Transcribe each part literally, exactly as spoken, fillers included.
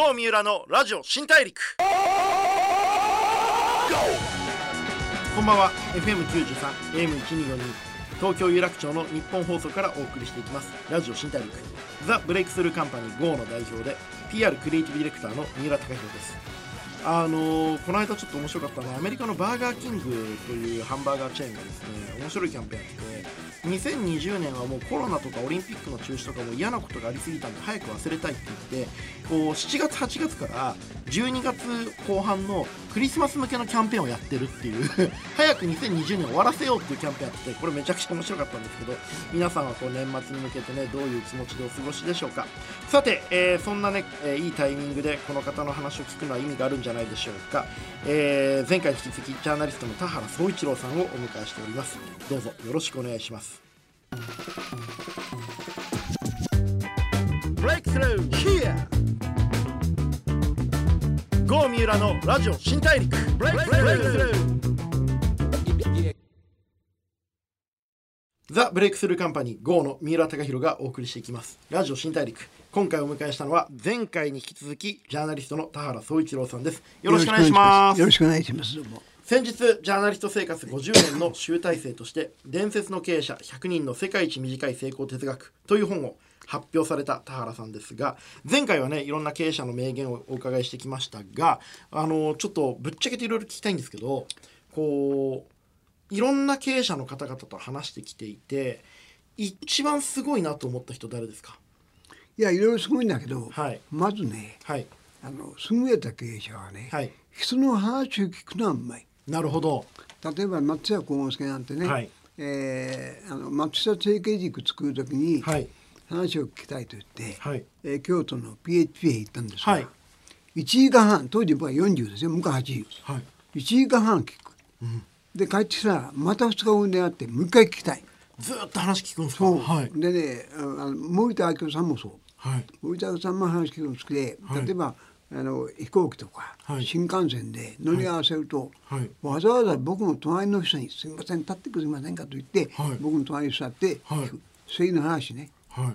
郷三浦のラジオ新大陸。こんばんは。 エフエムきゅうじゅうさん エーエムせんにひゃくよんじゅうに 東京有楽町の日本放送からお送りしていきますラジオ新大陸。ザ・ブレイクスルーカンパニー ゴー の代表で ピーアール クリエイティブディレクターの三浦貴弘です。あのー、この間ちょっと面白かったのはアメリカのバーガーキングというハンバーガーチェーンがですね、面白いキャンペーンやってにせんにじゅうねんはもうコロナとかオリンピックの中止とかも嫌なことがありすぎたんで早く忘れたいって言ってこうしちがつはちがつからじゅうにがつこう半のクリスマス向けのキャンペーンをやってるっていう早くにせんにじゅうねん終わらせようっていうキャンペーンやってて、これめちゃくちゃ面白かったんですけど、皆さんはこう年末に向けてねどういう気持ちでお過ごしでしょうか。さて、えー、そんなね、えー、いいタイミングでこの方の話を聞くのは意味があるんじゃないでしょうか。えー、前回に引き続きジャーナリストの田原総一郎さんをお迎えしております。どうぞよろしくお願いします。ブレイクスルー Here 郷三浦のラジオ新大陸。ブレイクスルーザ・ブレイクスルーカンパニー ゴー の三浦貴弘がお送りしていきますラジオ新大陸。今回お迎えしたのは前回に引き続きジャーナリストの田原総一郎さんです。よろしくお願いします。 よろしくお願いします。どうも。 先日ジャーナリスト生活ごじゅうねんの集大成として伝説の経営者ひゃくにんの世界一短い成功哲学という本を発表された田原さんですが、前回はねいろんな経営者の名言をお伺いしてきましたが、あのちょっとぶっちゃけていろいろ聞きたいんですけど、こういろんな経営者の方々と話してきていて一番すごいなと思った人誰ですか？ いやいろいろすごいんだけど、 はい、 まずね、 はい、 あの優れた経営者はね、はい、人の話を聞くのはうまい。 なるほど。 例えば松屋幸之助なんてね、はい、えー、あの松下政経塾作る時に、はい、話を聞きたいと言って、はい、えー、京都の ピーエイチピー へ行ったんですが、はい、いちじかんはん、当時僕はよんじゅうですよ、昔はちじゅう、はい、いちじかんはん聞く、うん、で帰ってきたらまたふつかごに会ってもう一回聞きたい。 ずっと話聞くんですか？ そう、はい、でね、あの森田明夫さんもそう、はい、森田明夫さんも話聞くの好きで、はい、例えばあの飛行機とか、はい、新幹線で乗り合わせると、はい、わざわざ僕の隣の人にすみません立ってくれませんかと言って、はい、僕の隣に座って聞く、はい、政治の話ね、はい、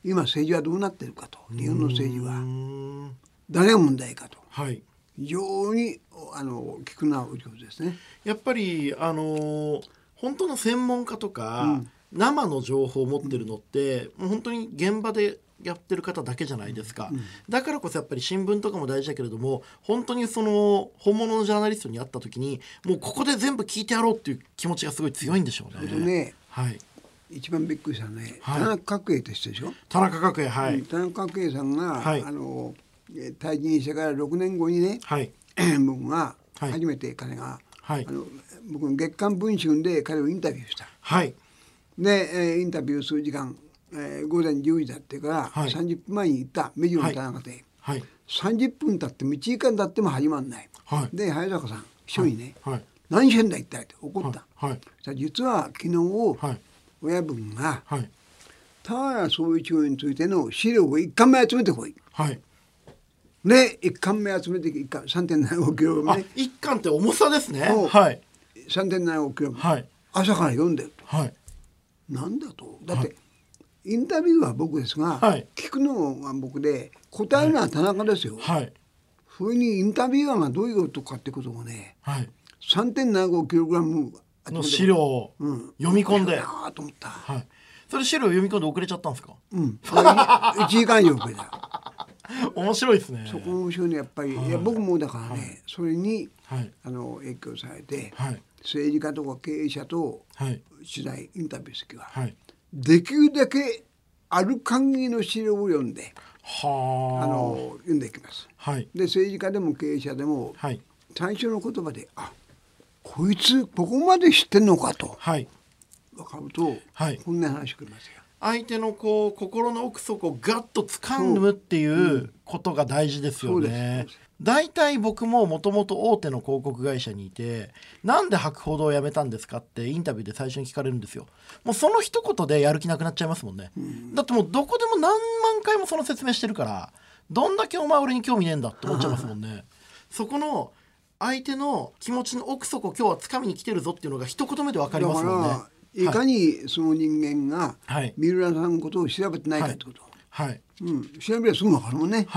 今政治はどうなってるかと、日本の政治は誰が問題かと、はい、非常にあの聞くのはお上手ですね。 やっぱりあの本当の専門家とか、うん、生の情報を持ってるのって、うん、もう本当に現場でやってる方だけじゃないですか、うん、だからこそやっぱり新聞とかも大事だけれども本当にその本物のジャーナリストに会った時にもうここで全部聞いてやろうっていう気持ちがすごい強いんでしょうね。 それでね、 はい、 一番びっくりしたね、はい、田中角栄って人でしょ。 田中角栄、はい、 田中角栄さんが、はい、あの退任してからろくねんごにね、はい、僕が初めて彼が、はい、あの僕の月刊文春で彼をインタビューした、はい、で、えー、インタビュー数時間、えー、午前じゅうじだってから、はい、さんじゅっぷんまえに行った目白の田中で、はいはい、さんじゅっぷん経ってもいちじかん経っても始まんない、はい、で早坂さん秘書にね、はいはい、何してんだ一体って怒った、はいはい、実は昨日、はい、親分が、はい、田原総一郎についての資料をいっかんめ集めてこい、はい、でいっかんめ集めていっかん さんてんななごキロね、 あいっかんって重さですね、はい、 さんてんななごキロ、はい、朝から読んでると、はい、なんだとだって、はい、インタビューは僕ですが、はい、聞くのが僕で答えるのは田中ですよ、はい、それにインタビュアーがどういうことかってことをね、はい、さんてんななごキログラムの資料を読み込んで、うん、 なと思った、はい、 それ資料を読み込んで遅れちゃったんですか？ うん、いちじかん以上遅れた面白いですね。 そこ面白いねやっぱり、はい、いや僕もだからね、はい、それに、はい、あの影響されて、はい、政治家とか経営者と取材、インタビューする時は、はい、できるだけある限りの資料を読んで、はあの読んでいきます、はい、で政治家でも経営者でも、はい、最初の言葉であこいつここまで知ってんのかと、はい、分かると、はい、こんな話してくれますよ。 相手のこう心の奥底をガッと掴むっていうことが大事ですよね。だいたい僕ももともと大手の広告会社にいてなんで博報堂を辞めたんですかってインタビューで最初に聞かれるんですよ。もうその一言でやる気なくなっちゃいますもんね、うん、だってもうどこでも何万回もその説明してるからどんだけお前俺に興味ねえんだって思っちゃいますもんねそこの相手の気持ちの奥底を今日は掴みに来てるぞっていうのが一言目で分かりますもんね。 いかにその人間が三浦さんのことを調べてないかってこと、はいはい、うん、調べればすぐ分かるもんね、はい、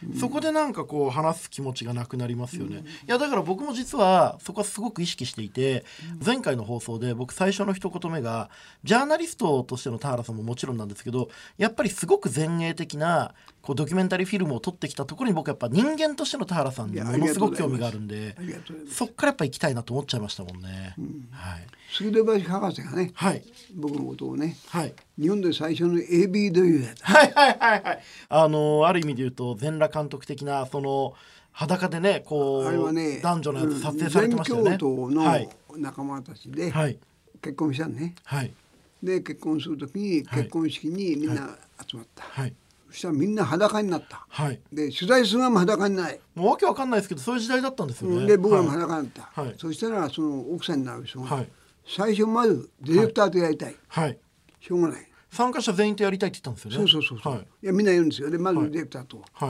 うん、そこでなんかこう話す気持ちがなくなりますよね、うん、いやだから僕も実はそこはすごく意識していて、うん、前回の放送で僕最初の一言目がジャーナリストとしての田原さんももちろんなんですけど、やっぱりすごく前衛的なこうドキュメンタリーフィルムを撮ってきたところに僕やっぱ人間としての田原さんにものすごく興味があるんで、そっからやっぱ行きたいなと思っちゃいましたもんね、うんはい、杉戸橋博士がね、はい、僕のことをね、はい、日本で最初の エービー 女優やった、 はいはいはいはい、あのある意味で言うと全裸監督的なその裸でねこうあれは、ね、男女のやつ撮影されてましたよね。 全教頭の仲間たちで結婚したのね、はい、で結婚するときに結婚式にみんな集まった、はいはい、そしたらみんな裸になった、はい、で取材するのも裸にない、 もうわけわかんないですけどそういう時代だったんですよね、 で僕らも裸になった、はい、そしたらその奥さんになる人が、はい、最初まずディレクターとやりたい、はい、しょうがない、 参加者全員とやりたいって言ったんですよね。 そうそうそうそう、はい、いやみんな言うんですよ。でまずディレクターと、はい、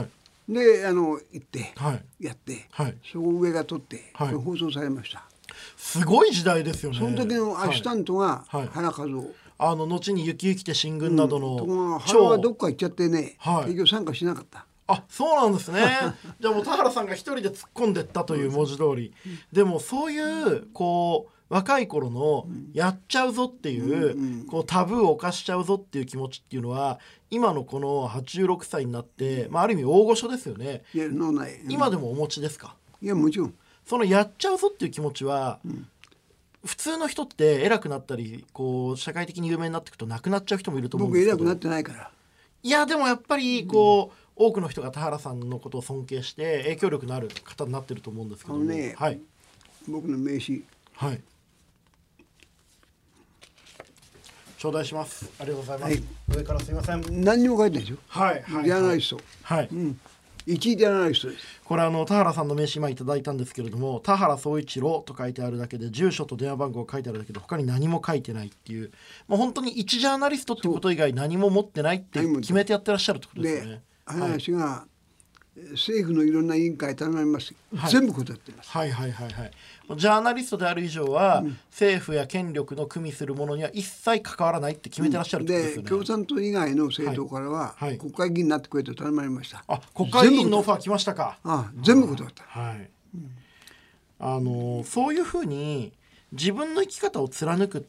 であの行って、はい、やって、はい、そこ上が撮って、はい、放送されました。 すごい時代ですよね。 その時のアシスタントが原和夫、 あの後に雪雪て新軍などの、 うん、原はどっか行っちゃってね、はい、結局参加しなかった。 あ、そうなんですねじゃあもう田原さんが一人で突っ込んでったという文字通り、うん、でもそういうこう若い頃のやっちゃうぞっていう、うん、こうタブーを犯しちゃうぞっていう気持ちっていうのは今のこのはちじゅうろくさいになって、まあ、ある意味大御所ですよね。 いやのない、 今でもお持ちですか？ いやもちろんそのやっちゃうぞっていう気持ちは、うん、普通の人って偉くなったりこう社会的に有名になっていくとなくなっちゃう人もいると思うんですけど、 僕偉くなってないから。 いやでもやっぱりこう、うん、多くの人が田原さんのことを尊敬して影響力のある方になってると思うんですけども、 ね、はい、僕の名刺、はい、 頂戴します。ありがとうございます、はい、上からすいません。 何にも書いてないでしょ。 はい、はい、 ジャーナリスト、 はい、 うん、一位ジャーナリストです。 これあの田原さんの名刺今いただいたんですけれども、田原総一郎と書いてあるだけで住所と電話番号が書いてあるだけで他に何も書いてないっていう、もう本当に一ジャーナリストっていうこと以外何も持ってないって決めてやってらっしゃるってことですよね。 話が、はい、政府のいろんな委員会頼まれます、はい、全部断ってます。 はいはいはいはい。ジャーナリストである以上は、うん、政府や権力の組みするものには一切関わらないって決めてらっしゃるってことですよね。 で共産党以外の政党からは、はいはい、国会議員になってくれと頼まれました。 あ、国会議員のオファー来ましたか。 ああ、全部断った。 はい、うん、あのそういうふうに自分の生き方を貫くって、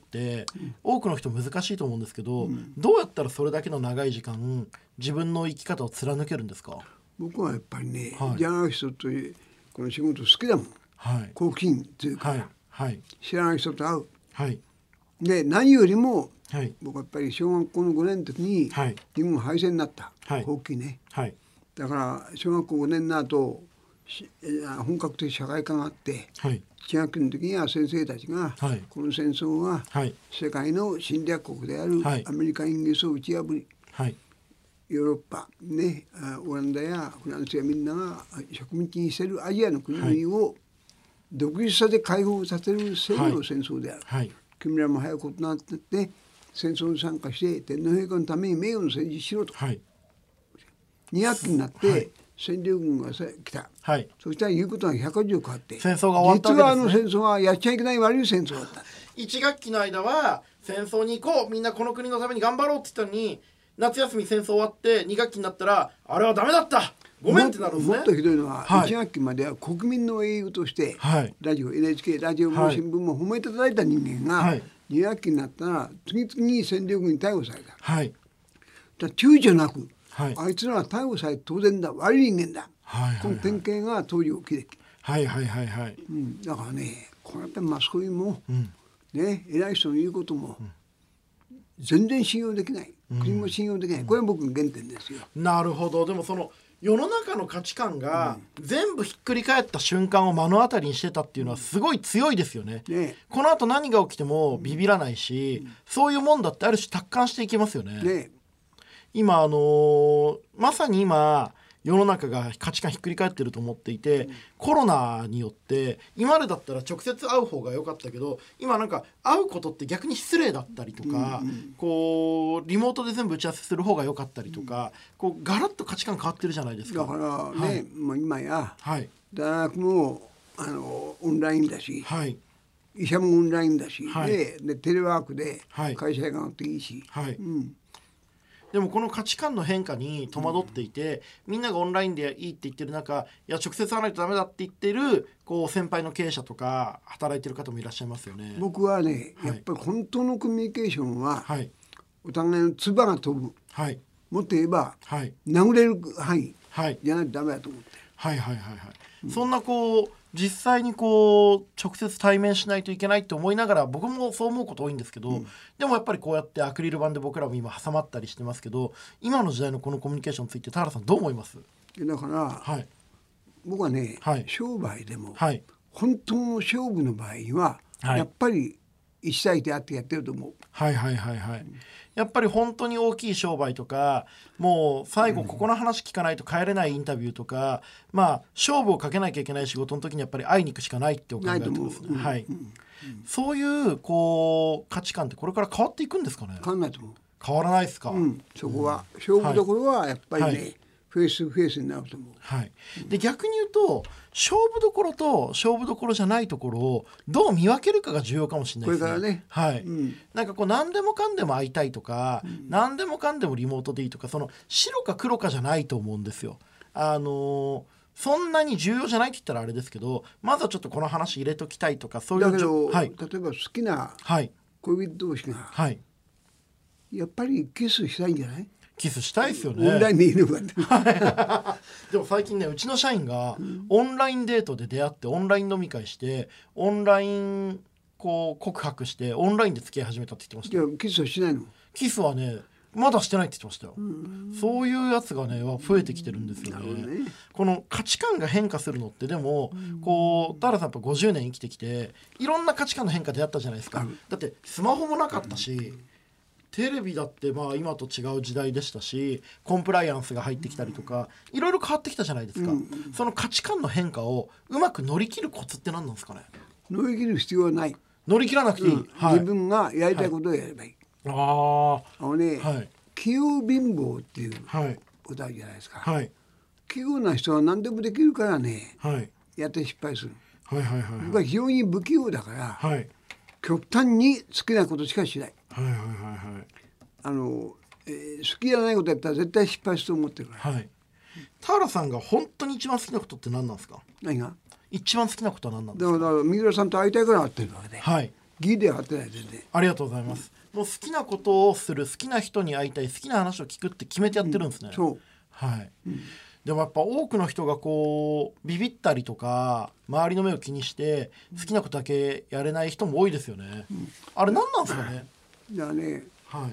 うん、多くの人難しいと思うんですけど、うん、どうやったらそれだけの長い時間自分の生き方を貫けるんですか？ 僕はやっぱりね、はい、ジャーナリストというこの仕事好きだもん、はい、好奇心というか、はいはい、知らない人と会う、はい、で何よりも、はい、僕はやっぱり小学校のごねんの時に、はい、日本敗戦になった、はい、大きいね、はい、だから小学校ごねんの後本格的社会科があって、はい、中学の時には先生たちが、はい、この戦争は世界の侵略国であるアメリカ、イギリスを打ち破り、はい、ヨーロッパ、ね、オランダやフランスやみんなが植民地にしているアジアの国々を独立させ解放させるせいの戦争である、はい、君らも早く大人になって戦争に参加して天皇陛下のために名誉の政治しろと、はい、に学期になって、はい、占領軍が来た、はい、そしたら言うことがひゃくはちじゅう変わって戦争が終わったわけですね。 実はあの戦争はやっちゃいけない悪い戦争だった。 いち学期の間は戦争に行こう、みんなこの国のために頑張ろうって言ったのに、夏休み戦争終わってに学期になったらあれはダメだったごめんってなるんですね。 もっとひどいのは、はい、いち学期までは国民の英雄として、はい、ラジオ エヌエイチケー ラジオも新聞も褒めていただいた人間が、はい、に学期になったら次々に占領軍に逮捕された、はい、だ躊躇なく、はい、あいつらは逮捕されて当然だ、悪い人間だ、はいはいはい、この典型が当時起きて、はいはいはいはい、うん、だからね、こうやってマスコミも、うん、ね、偉い人の言うことも、うん、全然信用できない、国も信用できない、うん、これは僕の原点ですよ。 なるほど。でもその世の中の価値観が全部ひっくり返った瞬間を目の当たりにしてたっていうのはすごい強いですよね、ね。この後何が起きてもビビらないし、うん、そういうもんだってある種達観していきますよ ね, ね。今あのー、まさに今世の中が価値観ひっくり返ってると思っていて、うん、コロナによって今までだったら直接会う方が良かったけど、今なんか会うことって逆に失礼だったりとか、うんうん、こうリモートで全部打ち合わせする方が良かったりとか、うん、こうガラッと価値観変わってるじゃないですか。 だからね、はい、もう今や、はい、大学もあのオンラインだし、はい、医者もオンラインだし、はい、で, でテレワークで会社がなっていいし、はい、うん、 でもこの価値観の変化に戸惑っていて、うん、みんながオンラインでいいって言ってる中、いや直接会わないとダメだって言ってるこう先輩の経営者とか働いてる方もいらっしゃいますよね。 僕はね、やっぱり本当のコミュニケーションは、はい、お互いの唾が飛ぶ、はい、もっと言えば、はい、殴れる範囲じゃないとダメだと思って、はいはいはいはい、うん、そんなこう実際にこう直接対面しないといけないって思いながら、僕もそう思うこと多いんですけど、うん、でもやっぱりこうやってアクリル板で僕らも今挟まったりしてますけど、今の時代のこのコミュニケーションについて田原さんどう思います？ だから、はい、僕はね、はい、商売でも、はい、本当の勝負の場合は、はい、やっぱり一対一であってやってると思う。 はいはいはいはい、うん、やっぱり本当に大きい商売とか、もう最後ここの話聞かないと帰れないインタビューとか、うん、まあ勝負をかけなきゃいけない仕事の時にやっぱり会いに行くしかないってお考えてますね。はい、うんうん、そういうこう価値観ってこれから変わっていくんですかね？ 変わらないと思う。 変わらないですか？ うん、そこは、うん、勝負どころはやっぱりね、はい、フェイスフェイスになると思う。 はい、で逆に言うと勝負どころと勝負どころじゃないところをどう見分けるかが重要かもしれないですね。 これからね、 はい、うん、なんかこう何でもかんでも会いたいとか、うん、何でもかんでもリモートでいいとか、その白か黒かじゃないと思うんですよ。あのー、そんなに重要じゃないって言ったらあれですけど、まずはちょっとこの話入れときたいとか、そういうだけど、はい、例えば好きな恋人同士が、はい、やっぱりキスしたいんじゃない？ キスしたいですよね。 オンラインでいいのかってでも最近ね、うちの社員がオンラインデートで出会ってオンライン飲み会してオンラインこう告白してオンラインで付き合い始めたって言ってました。 いやキスはしないの？ キスはねまだしてないって言ってましたよ。そういうやつがね増えてきてるんですよ ね, ねこの価値観が変化するのってでもこう田原さんやっぱごじゅうねん生きてきていろんな価値観の変化であったじゃないですか。だってスマホもなかったし、テレビだってまあ今と違う時代でしたし、コンプライアンスが入ってきたりとかいろいろ変わってきたじゃないですか、うん、その価値観の変化をうまく乗り切るコツって何なんですかね？ 乗り切る必要はない。 乗り切らなくていい、うんはい、 自分がやりたいことをやればいい、はい、ああのね、はい、器用貧乏っていう歌あるじゃないですか、はい、器用な人は何でもできるからね、はい、やって失敗する、はいはいはいはい、僕は非常に不器用だから、はい、極端に好きなことしかしない。はいはいはいはい、あの、えー、好きじゃないことやったら絶対失敗すると思ってるから、はい、 田原さんが本当に一番好きなことって何なんですか？ 何が一番好きなことは何なんですか？ だから三浦さんと会いたいから会ってるわけで、はい、義では会ってない全然。 ありがとうございます、うん、もう好きなことをする、好きな人に会いたい、好きな話を聞くって決めてやってるんですね、うん、そう、はい、うん、でもやっぱ多くの人がこうビビったりとか周りの目を気にして好きなことだけやれない人も多いですよね、うん、あれ何なんですかね？ じゃあね、はい、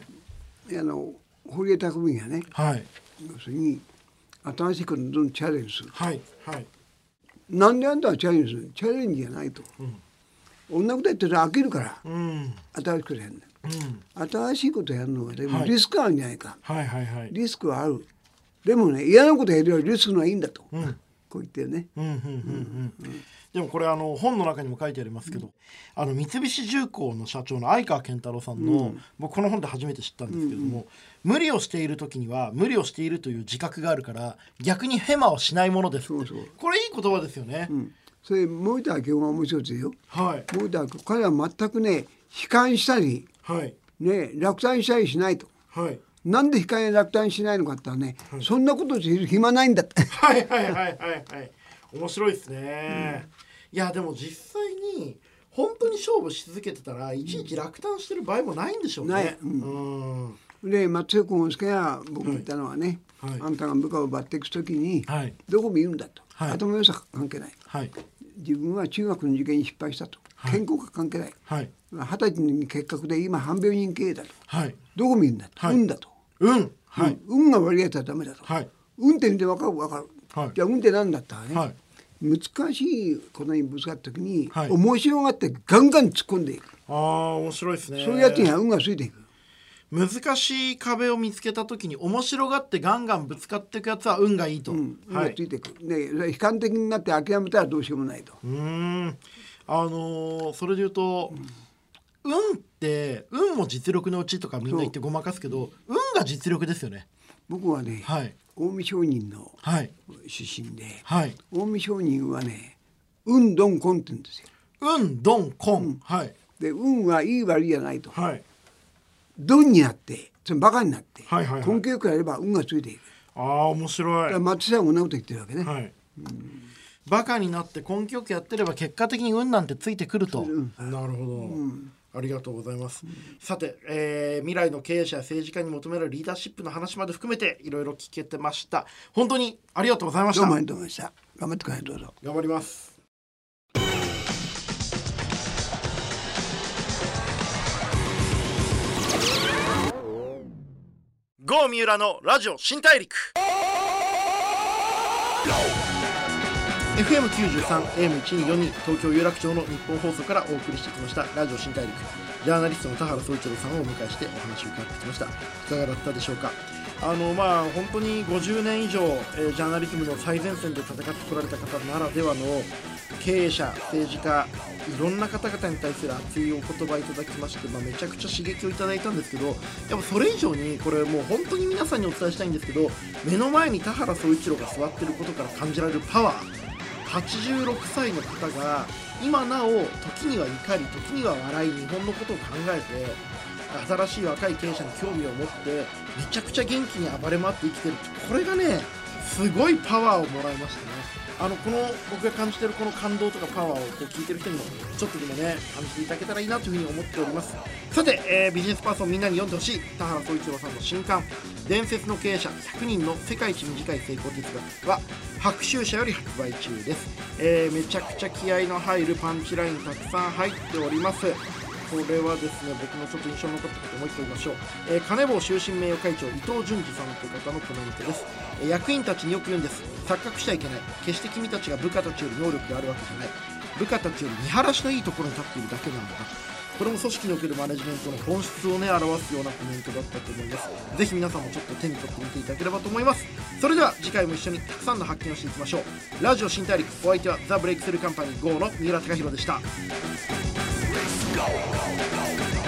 あの堀江貴文がね、はい、要するに新しいことにどんどんチャレンジする、はいはい、なんであんたはチャレンジする？チャレンジじゃないと、うん、女ことやってると飽きるから、うん、新しいことやるんだ、うん、新しいことやるのはでもリスクあるんじゃないか、はいはいはいはい、リスクはある、でもね嫌なことやるよりリスクのはいいんだと、うん、こう言ってね、うんうんうんうんうん、でもこれあの本の中にも書いてありますけど、うん、あの三菱重工の社長の相川健太郎さんの、うん、僕この本で初めて知ったんですけども、うんうん、無理をしている時には無理をしているという自覚があるから逆にヘマをしないものです。そうそう、これいい言葉ですよね、うん、 それ森田明夫が面白いですよ、はい、森田明夫彼は全くね悲観したり、はいね、落胆したりしないと、はい、なんで悲観や落胆しないのかって言ったらね、はい、そんなことする暇ないんだってはいはいはいはいはい面白いですね、うん、いやでも実際に本当に勝負し続けてたらいちいち落胆してる場合もないんでしょうね、ない、うんうん、で松江幸之助が僕言ったのはね、はいはい、あんたが部下を抜擢するときに、はい、どこ見るんだと、はい、頭良さ関係ない、はい、自分は中学の受験に失敗したと、はい、健康が関係ない、はい、二十歳の結核で今半病人経営だと、はい、どこ見るんだと、はい、運だと、運、はい、運が悪いやつはダメだと、はい、運って見て分かる分かる、はい、じゃあ運って何だったらね、はい、難しいことにぶつかった時に、はい、面白がってガンガン突っ込んでいく。 ああ面白いですね。 そういうやつには運がついていく。 難しい壁を見つけた時に面白がってガンガンぶつかっていくやつは運がいいと、うん、 運がついていく、はい、で悲観的になって諦めたらどうしようもないと。 うーんあのー、それで言うと、うん、運って運も実力のうちとかみんな言ってごまかすけど運が実力ですよね。 僕はね、はい、近江商人の出身で、はい、近江商人はね運ドンコンって言うんですよ。 運ドンコン、うん、はい、 で運はいい悪いじゃないと、はい、ドンにあってそのバカになって、はいはいはい、根気よくやれば運がついていく。 ああ面白い。 マッチさんも同じこと言ってるわけね、はい、 うん、バカになって根気よくやってれば結果的に運なんてついてくると、うん、なるほど、うん、ありがとうございます、うん、さて、えー、未来の経営者や政治家に求められるリーダーシップの話まで含めていろいろ聞けてました。本当にありがとうございました。 どうもありがとうございました。頑張ってください。どうぞ。 頑張ります。郷三浦のラジオ新大陸 エフエムきゅうじゅうさん エーエムせんにひゃくよんじゅうに 東京有楽町の日本放送からお送りしてきましたラジオ新大陸、ジャーナリストの田原総一郎さんをお迎えしてお話を伺ってきました。いかがだったでしょうか。あのまあ本当にごじゅうねん以上、えー、ジャーナリズムの最前線で戦ってこられた方ならではの経営者、政治家、いろんな方々に対する熱いお言葉いただきまして、まあ、めちゃくちゃ刺激をいただいたんですけど、やっぱそれ以上にこれもう本当に皆さんにお伝えしたいんですけど、目の前に田原総一郎が座っていることから感じられるパワー、はちじゅうろくさいの方が今なお時には怒り、時には笑い、日本のことを考えて新しい若い経営者に興味を持ってめちゃくちゃ元気に暴れ回って生きてる。これがねすごいパワーをもらいましたね。あのこの僕が感じているこの感動とかパワーをこう聞いてる人にもちょっとでもね感じていただけたらいいなというふうに思っております。さて、えー、ビジネスパーソンみんなに読んでほしい田原総一郎さんの新刊伝説の経営者ひゃくにんの世界一短い成功哲学は白秋社より発売中です。えー、めちゃくちゃ気合の入るパンチラインたくさん入っております。これはですね、僕のちょっと印象に残ったことをもう一個言いましょう。えー、金棒終身名誉会長伊藤淳二さんという方のコメントです。えー、役員たちによく言うんです。錯覚しちゃいけない。決して君たちが部下たちより能力があるわけじゃない。部下たちより見晴らしのいいところに立っているだけなんだ。これも組織におけるマネジメントの本質をね表すようなコメントだったと思います。ぜひ皆さんもちょっと手に取ってみていただければと思います。それでは次回も一緒にたくさんの発見をしていきましょう。ラジオ新大陸、お相手はザ・ブレイクスルーカンパニー ゴー の三浦貴大でした。